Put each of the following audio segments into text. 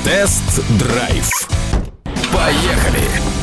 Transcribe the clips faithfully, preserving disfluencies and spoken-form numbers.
Тест-драйв. Поехали!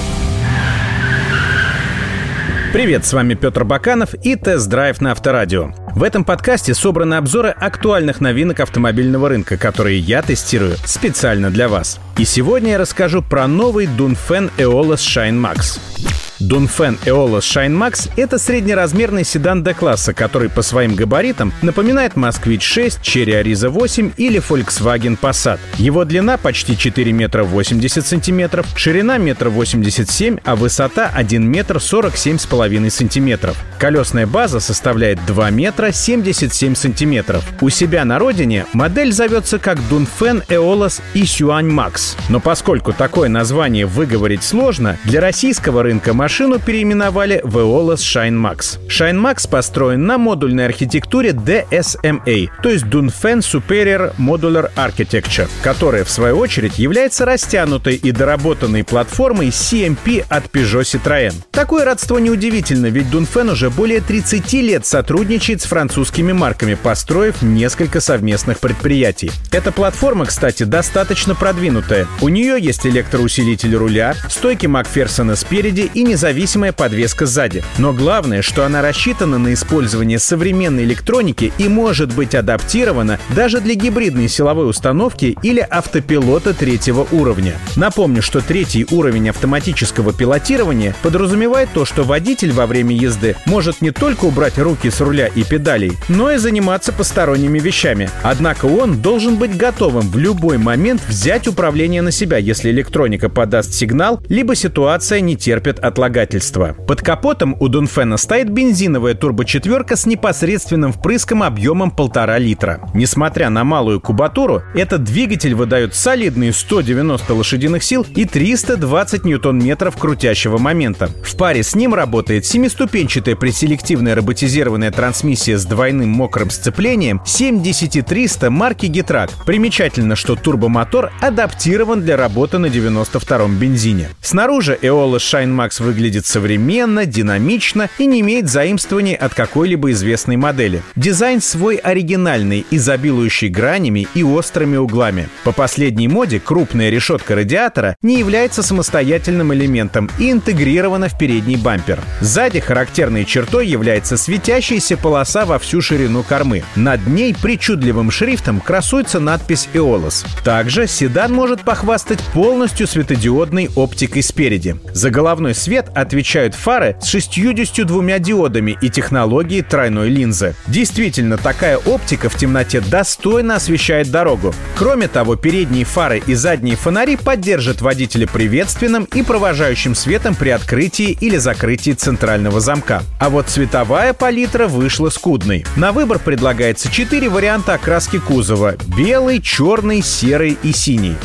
Привет, с вами Петр Баканов и Тест-драйв на Авторадио. В этом подкасте собраны обзоры актуальных новинок автомобильного рынка, которые я тестирую специально для вас. И сегодня я расскажу про новый Dongfeng Eolus Shine Max. Dongfeng Eolus Shine Max — это среднеразмерный седан D-класса, который по своим габаритам напоминает Москвич шесть, Chery Ariza восемь или Volkswagen Passat. Его длина почти четыре метра восемьдесят сантиметров, ширина метр восемьдесят семь, а высота один метр сорок семь с половиной сантиметров. Колесная база составляет два метра семьдесят семь сантиметров. У себя на родине модель зовется как Dongfeng Eolus Yixuan Max. Но поскольку такое название выговорить сложно, для российского рынка машину переименовали в Eolus Shine Max. Shine Max построен на модульной архитектуре ди эс эм эй, то есть Dongfeng Superior Modular Architecture, которая, в свою очередь, является растянутой и доработанной платформой си эм пи от Peugeot Citroën. Такое родство неудивительно, ведь Dongfeng уже более тридцати лет сотрудничает с французскими марками, построив несколько совместных предприятий. Эта платформа, кстати, достаточно продвинутая. У нее есть электроусилитель руля, стойки Макферсона спереди и независимая подвеска сзади. Но главное, что она рассчитана на использование современной электроники и может быть адаптирована даже для гибридной силовой установки или автопилота третьего уровня. Напомню, что третий уровень автоматического пилотирования подразумевает то, что водитель во время езды может не только убрать руки с руля и педалей, но и заниматься посторонними вещами. Однако он должен быть готовым в любой момент взять управление на себя, если электроника подаст сигнал, либо ситуация не терпит отлагательства. Под капотом у Dongfeng стоит бензиновая турбочетверка с непосредственным впрыском объемом полтора литра. Несмотря на малую кубатуру, этот двигатель выдает солидные сто девяносто лошадиных сил и триста двадцать ньютон-метров крутящего момента. В паре с ним работает семиступенчатая преселективная роботизированная трансмиссия с двойным мокрым сцеплением семь десять триста марки Getrack. Примечательно, что турбомотор адаптирован для работы на девяносто втором бензине. Снаружи Eolus Shine Max выглядит современно, динамично и не имеет заимствований от какой-либо известной модели. Дизайн свой оригинальный, изобилующий гранями и острыми углами. По последней моде крупная решетка радиатора не является самостоятельным элементом и интегрирована в передний бампер. Сзади характерной чертой является светящаяся полоса во всю ширину кормы. Над ней причудливым шрифтом красуется надпись Eolus. Также седан может похвастать полностью светодиодной оптикой спереди. За головной свет отвечают фары с шестьюдесятью двумя диодами и технологией тройной линзы. Действительно, такая оптика в темноте достойно освещает дорогу. Кроме того, передние фары и задние фонари поддержат водителя приветственным и провожающим светом при открытии или закрытии центрального замка. А вот цветовая палитра вышла скудной. На выбор предлагается четыре варианта окраски кузова: белый, черный, серый и синий.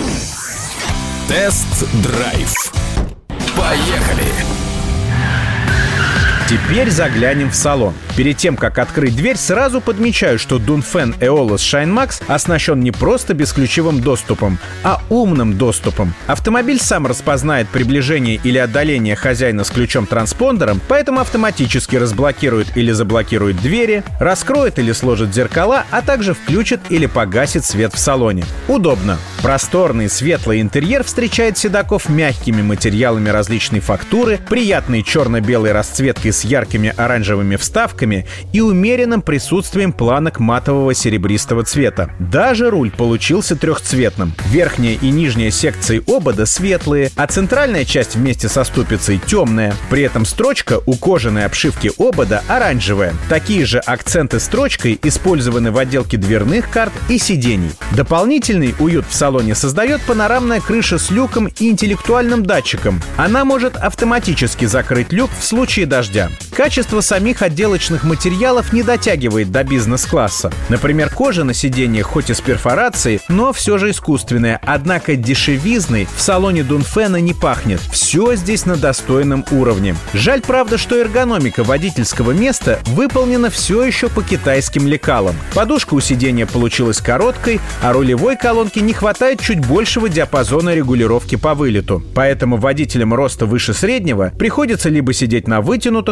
Тест-драйв. Поехали! Теперь заглянем в салон. Перед тем, как открыть дверь, сразу подмечаю, что Dongfeng Eolus Shine Max оснащен не просто бесключевым доступом, а умным доступом. Автомобиль сам распознает приближение или отдаление хозяина с ключом-транспондером, поэтому автоматически разблокирует или заблокирует двери, раскроет или сложит зеркала, а также включит или погасит свет в салоне. Удобно. Просторный светлый интерьер встречает седаков мягкими материалами различной фактуры, приятной черно-белой расцветкой с яркими оранжевыми вставками и умеренным присутствием планок матового серебристого цвета. Даже руль получился трехцветным. Верхняя и нижняя секции обода светлые, а центральная часть вместе со ступицей темная. При этом строчка у кожаной обшивки обода оранжевая. Такие же акценты строчкой использованы в отделке дверных карт и сидений. Дополнительный уют в салоне создает панорамная крыша с люком и интеллектуальным датчиком. Она может автоматически закрыть люк в случае дождя. Качество самих отделочных материалов не дотягивает до бизнес-класса. Например, кожа на сиденьях хоть и с перфорацией, но все же искусственная, однако дешевизной в салоне Dongfeng не пахнет. Все здесь на достойном уровне. Жаль, правда, что эргономика водительского места выполнена все еще по китайским лекалам. Подушка у сиденья получилась короткой, а рулевой колонки не хватает чуть большего диапазона регулировки по вылету. Поэтому водителям роста выше среднего приходится либо сидеть на вытянутых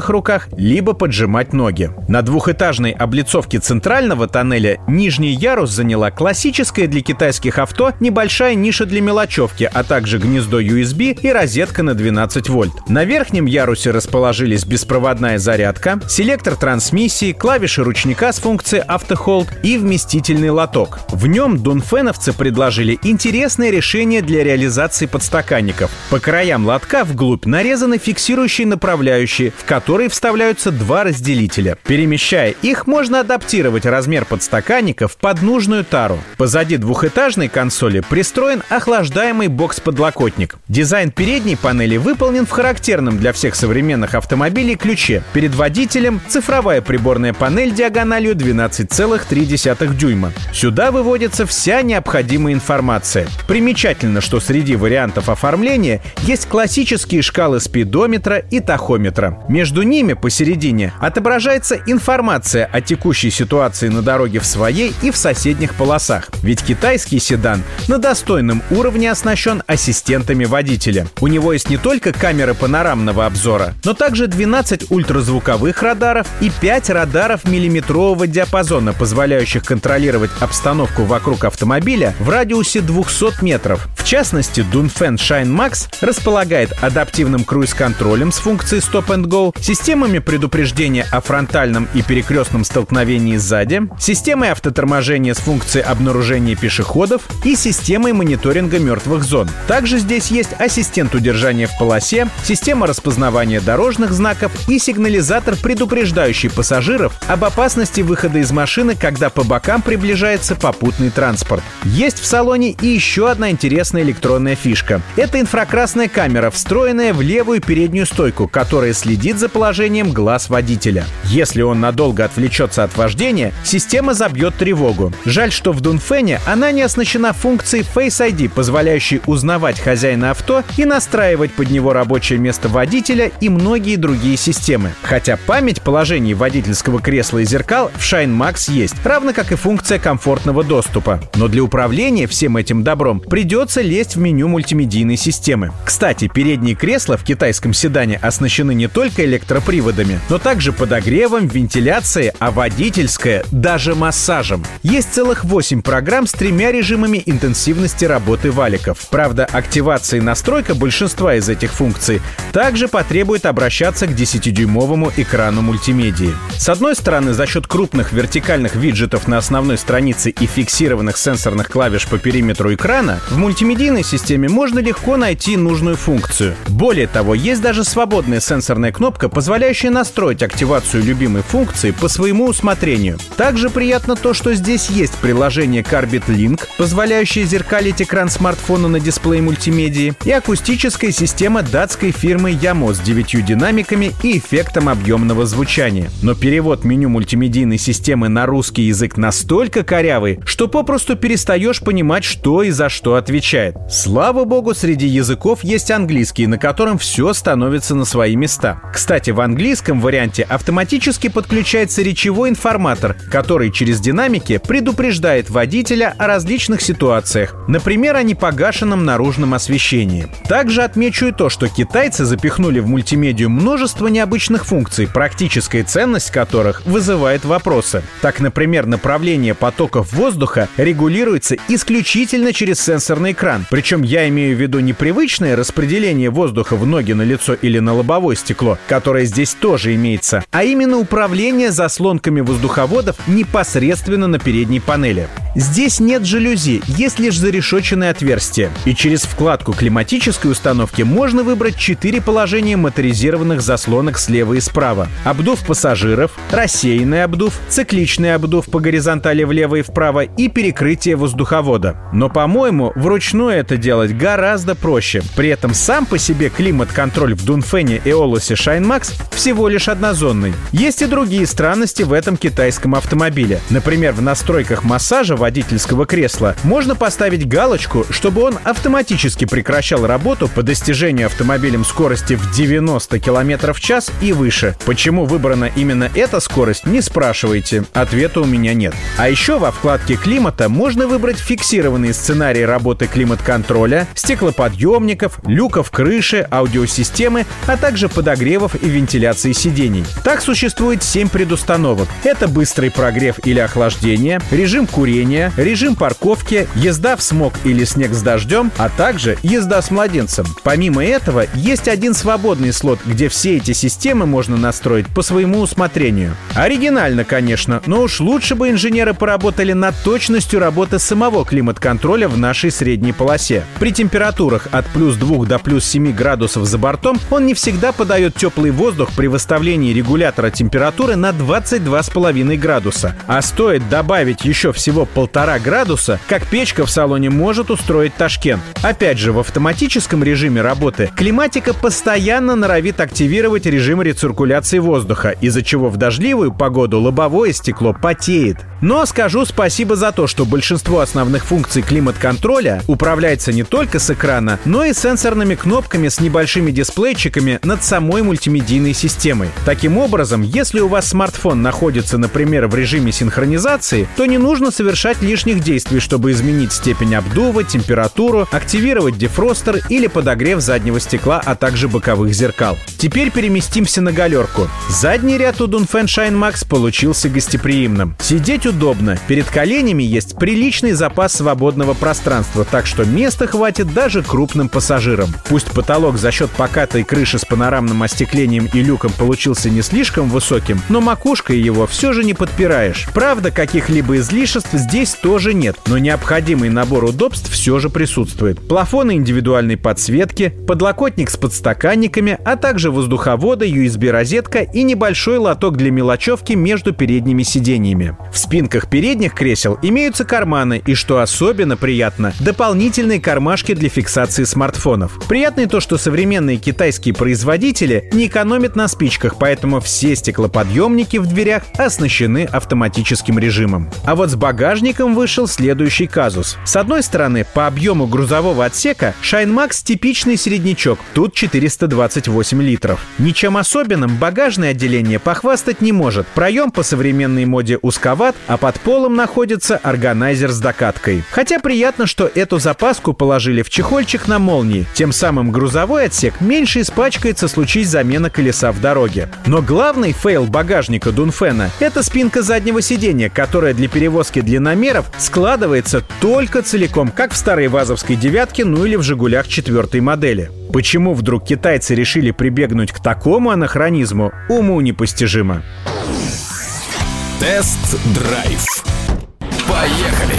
вытянутых руках, либо поджимать ноги. На двухэтажной облицовке центрального тоннеля нижний ярус заняла классическая для китайских авто небольшая ниша для мелочевки, а также гнездо ю эс би и розетка на двенадцать вольт. На верхнем ярусе расположились беспроводная зарядка, селектор трансмиссии, клавиши ручника с функцией автохолд и вместительный лоток. В нем дунфеновцы предложили интересное решение для реализации подстаканников. По краям лотка вглубь нарезаны фиксирующие направляющие, в которые вставляются два разделителя. Перемещая их, можно адаптировать размер подстаканников под нужную тару. Позади двухэтажной консоли пристроен охлаждаемый бокс-подлокотник. Дизайн передней панели выполнен в характерном для всех современных автомобилей ключе. Перед водителем цифровая приборная панель диагональю двенадцать целых три десятых дюйма. Сюда выводится вся необходимая информация. Примечательно, что среди вариантов оформления есть классические шкалы спидометра и тахометра. Между ними посередине отображается информация о текущей ситуации на дороге в своей и в соседних полосах. Ведь китайский седан на достойном уровне оснащен ассистентами водителя. У него есть не только камеры панорамного обзора, но также двенадцать ультразвуковых радаров и пять радаров миллиметрового диапазона, позволяющих контролировать обстановку вокруг автомобиля в радиусе двухсот метров. В частности, Dongfeng Shine Max располагает адаптивным круиз-контролем с функцией Stop and Go, системами предупреждения о фронтальном и перекрестном столкновении сзади, системой автоторможения с функцией обнаружения пешеходов и системой мониторинга мертвых зон. Также здесь есть ассистент удержания в полосе, система распознавания дорожных знаков и сигнализатор, предупреждающий пассажиров об опасности выхода из машины, когда по бокам приближается попутный транспорт. Есть в салоне и еще одна интересная электронная фишка. Это инфракрасная камера, встроенная в левую переднюю стойку, которая следит за положением глаз водителя. Если он надолго отвлечется от вождения, система забьет тревогу. Жаль, что в Dongfeng она не оснащена функцией Face ай ди, позволяющей узнавать хозяина авто и настраивать под него рабочее место водителя и многие другие системы. Хотя память положений водительского кресла и зеркал в Shine Max есть, равно как и функция комфортного доступа. Но для управления всем этим добром придется лезть в меню мультимедийной системы. Кстати, передние кресла в китайском седане оснащены не только электроприводами, но также подогревом, вентиляцией, а водительское даже массажем. Есть целых восемь программ с тремя режимами интенсивности работы валиков. Правда, активация и настройка большинства из этих функций также потребует обращаться к десятидюймовому экрану мультимедии. С одной стороны, за счет крупных вертикальных виджетов на основной странице и фиксированных сенсорных клавиш по периметру экрана, в мультимедийной системе можно легко найти нужную функцию. Более того, есть даже свободная сенсорная кнопка, позволяющая настроить активацию любимой функции по своему усмотрению. Также приятно то, что здесь есть приложение Carbit Link, позволяющее зеркалить экран смартфона на дисплее мультимедии, и акустическая система датской фирмы Yamo с девятью динамиками и эффектом объемного звучания. Но перевод меню мультимедийной системы на русский язык настолько корявый, что попросту перестаешь понимать, что и за что отвечает. Слава богу, среди языков есть английский, на котором все становится на свои места. Кстати, в английском варианте автоматически подключается речевой информатор, который через динамики предупреждает водителя о различных ситуациях, например, о непогашенном наружном освещении. Также отмечу и то, что китайцы запихнули в мультимедию множество необычных функций, практическая ценность которых вызывает вопросы. Так, например, направление потоков воздуха регулируется исключительно через сенсорный экран. Причем я имею в виду не привычное распределение воздуха в ноги, на лицо или на лобовое стекло, которое здесь тоже имеется, а именно управление заслонками воздуховодов непосредственно на передней панели. Здесь нет жалюзи, есть лишь зарешоченные отверстия. И через вкладку климатической установки можно выбрать четыре положения моторизированных заслонок слева и справа. Обдув пассажиров, рассеянный обдув, цикличный обдув по горизонтали влево и вправо и перекрытие воздуховода. Но, по-моему, вручную это делать гораздо проще. При этом сам по себе климат-контроль в Dongfeng Aeolus Shine Max всего лишь однозонный. Есть и другие странности в этом китайском автомобиле. Например, в настройках массажа водительского кресла можно поставить галочку, чтобы он автоматически прекращал работу по достижению автомобилем скорости в девяносто километров в час и выше. Почему выбрана именно эта скорость, не спрашивайте. Ответа у меня нет. А еще во вкладке климата можно выбрать фиксированные сценарии работы климат-контроля, стеклоподъемников, люков крыши, аудиосистемы, а также подогревов и вентиляции сидений. Так существует семь предустановок. Это быстрый прогрев или охлаждение, режим курения, режим парковки, езда в смог или снег с дождем, а также езда с младенцем. Помимо этого, есть один свободный слот, где все эти системы можно настроить по своему усмотрению. Оригинально, конечно, но уж лучше бы инженеры поработали над точностью работы самого климат-контроля в нашей средней полосе. При температурах от плюс двух до плюс семи градусов за бортом он не всегда подает теплый воздух при выставлении регулятора температуры на двадцать два с половиной градуса. А стоит добавить еще всего полтора градуса, как печка в салоне может устроить Ташкент. Опять же, в автоматическом режиме работы климатика постоянно норовит активировать режим рециркуляции воздуха, из-за чего в дождливую погоду лобовое стекло потеет. Но скажу спасибо за то, что большинство основных функций климат-контроля управляется не только с экрана, но и сенсорными кнопками с небольшими дисплейчиками над самой мультимедийной системой. Таким образом, если у вас смартфон находится, например, в режиме синхронизации, то не нужно совершать лишних действий, чтобы изменить степень обдува, температуру, активировать дефростер или подогрев заднего стекла, а также боковых зеркал. Теперь переместимся на галерку. Задний ряд у Dongfeng Shine Max получился гостеприимным. Сидеть удобно. Перед коленями есть приличный запас свободного пространства, так что места хватит даже крупным пассажирам. Пусть потолок за счет покатой крыши с панорамным остеклением и люком получился не слишком высоким, но макушкой его все же не подпираешь. Правда, каких-либо излишеств здесь тоже нет, но необходимый набор удобств все же присутствует. Плафоны индивидуальной подсветки, подлокотник с подстаканниками, а также воздуховоды, ю эс би-розетка и небольшой лоток для мелочевки между передними сиденьями. В спинках передних кресел имеются карманы и, что особенно приятно, дополнительные кармашки для фиксации смартфонов. Приятно и то, что современные китайские производители не экономят на спичках, поэтому все стеклоподъемники в дверях оснащены автоматическим режимом. А вот с багажником вышел следующий казус. С одной стороны, по объему грузового отсека Shine Max типичный середнячок, тут четыреста двадцать восемь литров. Ничем особенным багажное отделение похвастать не может. Проем по современной моде узковат, а под полом находится органайзер с докаткой. Хотя приятно, что эту запаску положили в чехольчик на молнии. Тем самым грузовой отсек меньше испачкается, случись замена колеса в дороге. Но главный фейл багажника Dongfeng — это спинка заднего сиденья, которая для перевозки длинномеров складывается только целиком, как в старой вазовской девятке, ну или в Жигулях четвертой модели. Почему вдруг китайцы решили прибегнуть к такому анахронизму, уму непостижимо. Тест-драйв. Поехали!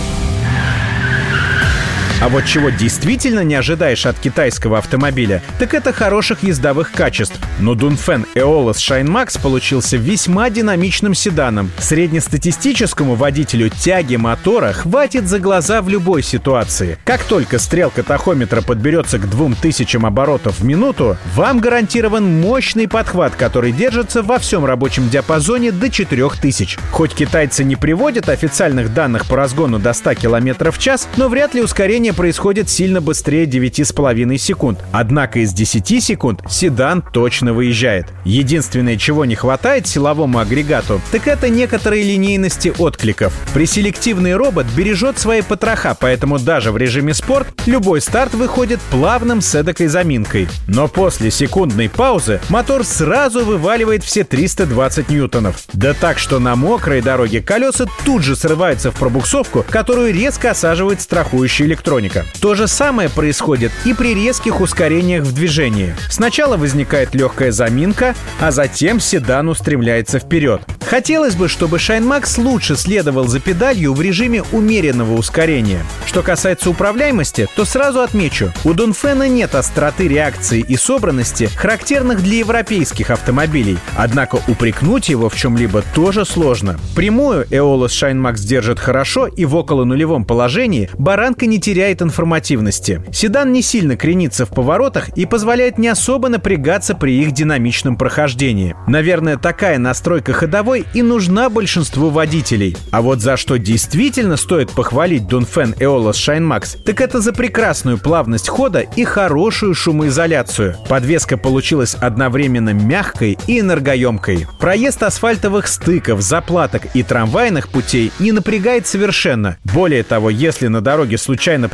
А вот чего действительно не ожидаешь от китайского автомобиля, так это хороших ездовых качеств. Но Dongfeng Aeolus Shine Max получился весьма динамичным седаном. Среднестатистическому водителю тяги мотора хватит за глаза в любой ситуации. Как только стрелка тахометра подберется к двум тысячам оборотов в минуту, вам гарантирован мощный подхват, который держится во всем рабочем диапазоне до четырёх тысяч. Хоть китайцы не приводят официальных данных по разгону до ста километров в час, но вряд ли ускорение происходит сильно быстрее девяти с половиной секунд. Однако из десяти секунд седан точно выезжает. Единственное, чего не хватает силовому агрегату, так это некоторой линейности откликов. Преселективный робот бережет свои потроха, поэтому даже в режиме спорт любой старт выходит плавным с эдакой заминкой. Но после секундной паузы мотор сразу вываливает все триста двадцать ньютонов. Да так, что на мокрой дороге колеса тут же срываются в пробуксовку, которую резко осаживает страхующая электроника. То же самое происходит и при резких ускорениях в движении. Сначала возникает легкая заминка, а затем седан устремляется вперед. Хотелось бы, чтобы Shine Max лучше следовал за педалью в режиме умеренного ускорения. Что касается управляемости, то сразу отмечу, у Dongfeng нет остроты реакции и собранности, характерных для европейских автомобилей. Однако упрекнуть его в чем-либо тоже сложно. Прямую Aeolus Shine Max держит хорошо, и в околонулевом положении баранка не теряет информативности. Седан не сильно кренится в поворотах и позволяет не особо напрягаться при их динамичном прохождении. Наверное, такая настройка ходовой и нужна большинству водителей. А вот за что действительно стоит похвалить Dongfeng Aeolus Shine Max, так это за прекрасную плавность хода и хорошую шумоизоляцию. Подвеска получилась одновременно мягкой и энергоемкой. Проезд асфальтовых стыков, заплаток и трамвайных путей не напрягает совершенно. Более того, если на дороге случайно попадается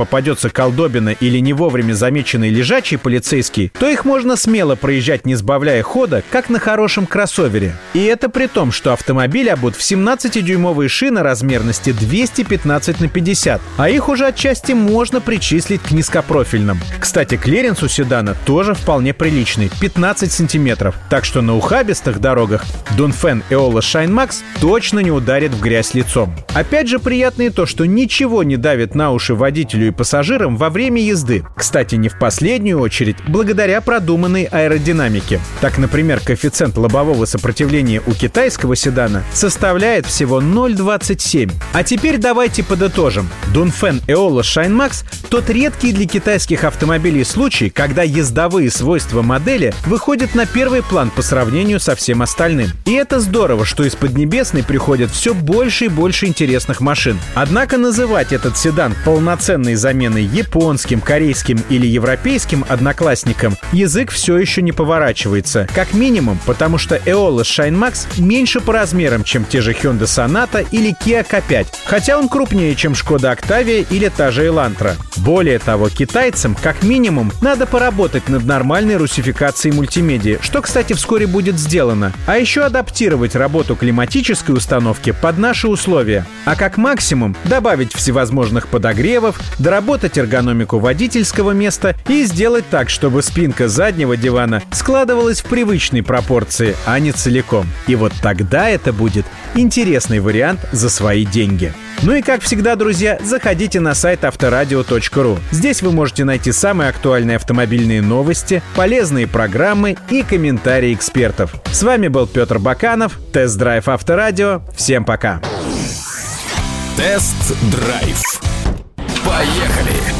попадется колдобина или не вовремя замеченный лежачий полицейский, то их можно смело проезжать, не сбавляя хода, как на хорошем кроссовере. И это при том, что автомобиль обут в семнадцатидюймовые шины размерности двести пятнадцать на пятьдесят, а их уже отчасти можно причислить к низкопрофильным. Кстати, клиренс у седана тоже вполне приличный – пятнадцать сантиметров, так что на ухабистых дорогах Dongfeng Eola Shine Max точно не ударит в грязь лицом. Опять же, приятно и то, что ничего не давит на уши водителю и пассажирам во время езды. Кстати, не в последнюю очередь, благодаря продуманной аэродинамике. Так, например, коэффициент лобового сопротивления у китайского седана составляет всего ноль целых двадцать семь. А теперь давайте подытожим. Dongfeng Eola Shine Max – тот редкий для китайских автомобилей случай, когда ездовые свойства модели выходят на первый план по сравнению со всем остальным. И это здорово, что из Поднебесной приходит все больше и больше интересных машин. Однако называть этот седан полноценной заменой японским, корейским или европейским одноклассникам язык все еще не поворачивается. Как минимум, потому что Eola Shine Max меньше по размерам, чем те же Hyundai Sonata или Kia кей пять, хотя он крупнее, чем Skoda Octavia или та же Elantra. Более того, китайцам, как минимум, надо поработать над нормальной русификацией мультимедиа, что, кстати, вскоре будет сделано, а еще адаптировать работу климатической установки под наши условия, а как максимум добавить всевозможных подогревов, доработать эргономику водительского места и сделать так, чтобы спинка заднего дивана складывалась в привычной пропорции, а не целиком. И вот тогда это будет интересный вариант за свои деньги. Ну и как всегда, друзья, заходите на сайт авторадио точка ру. Здесь вы можете найти самые актуальные автомобильные новости, полезные программы и комментарии экспертов. С вами был Петр Баканов, Тест-драйв Авторадио. Всем пока! Тест-драйв. Поехали!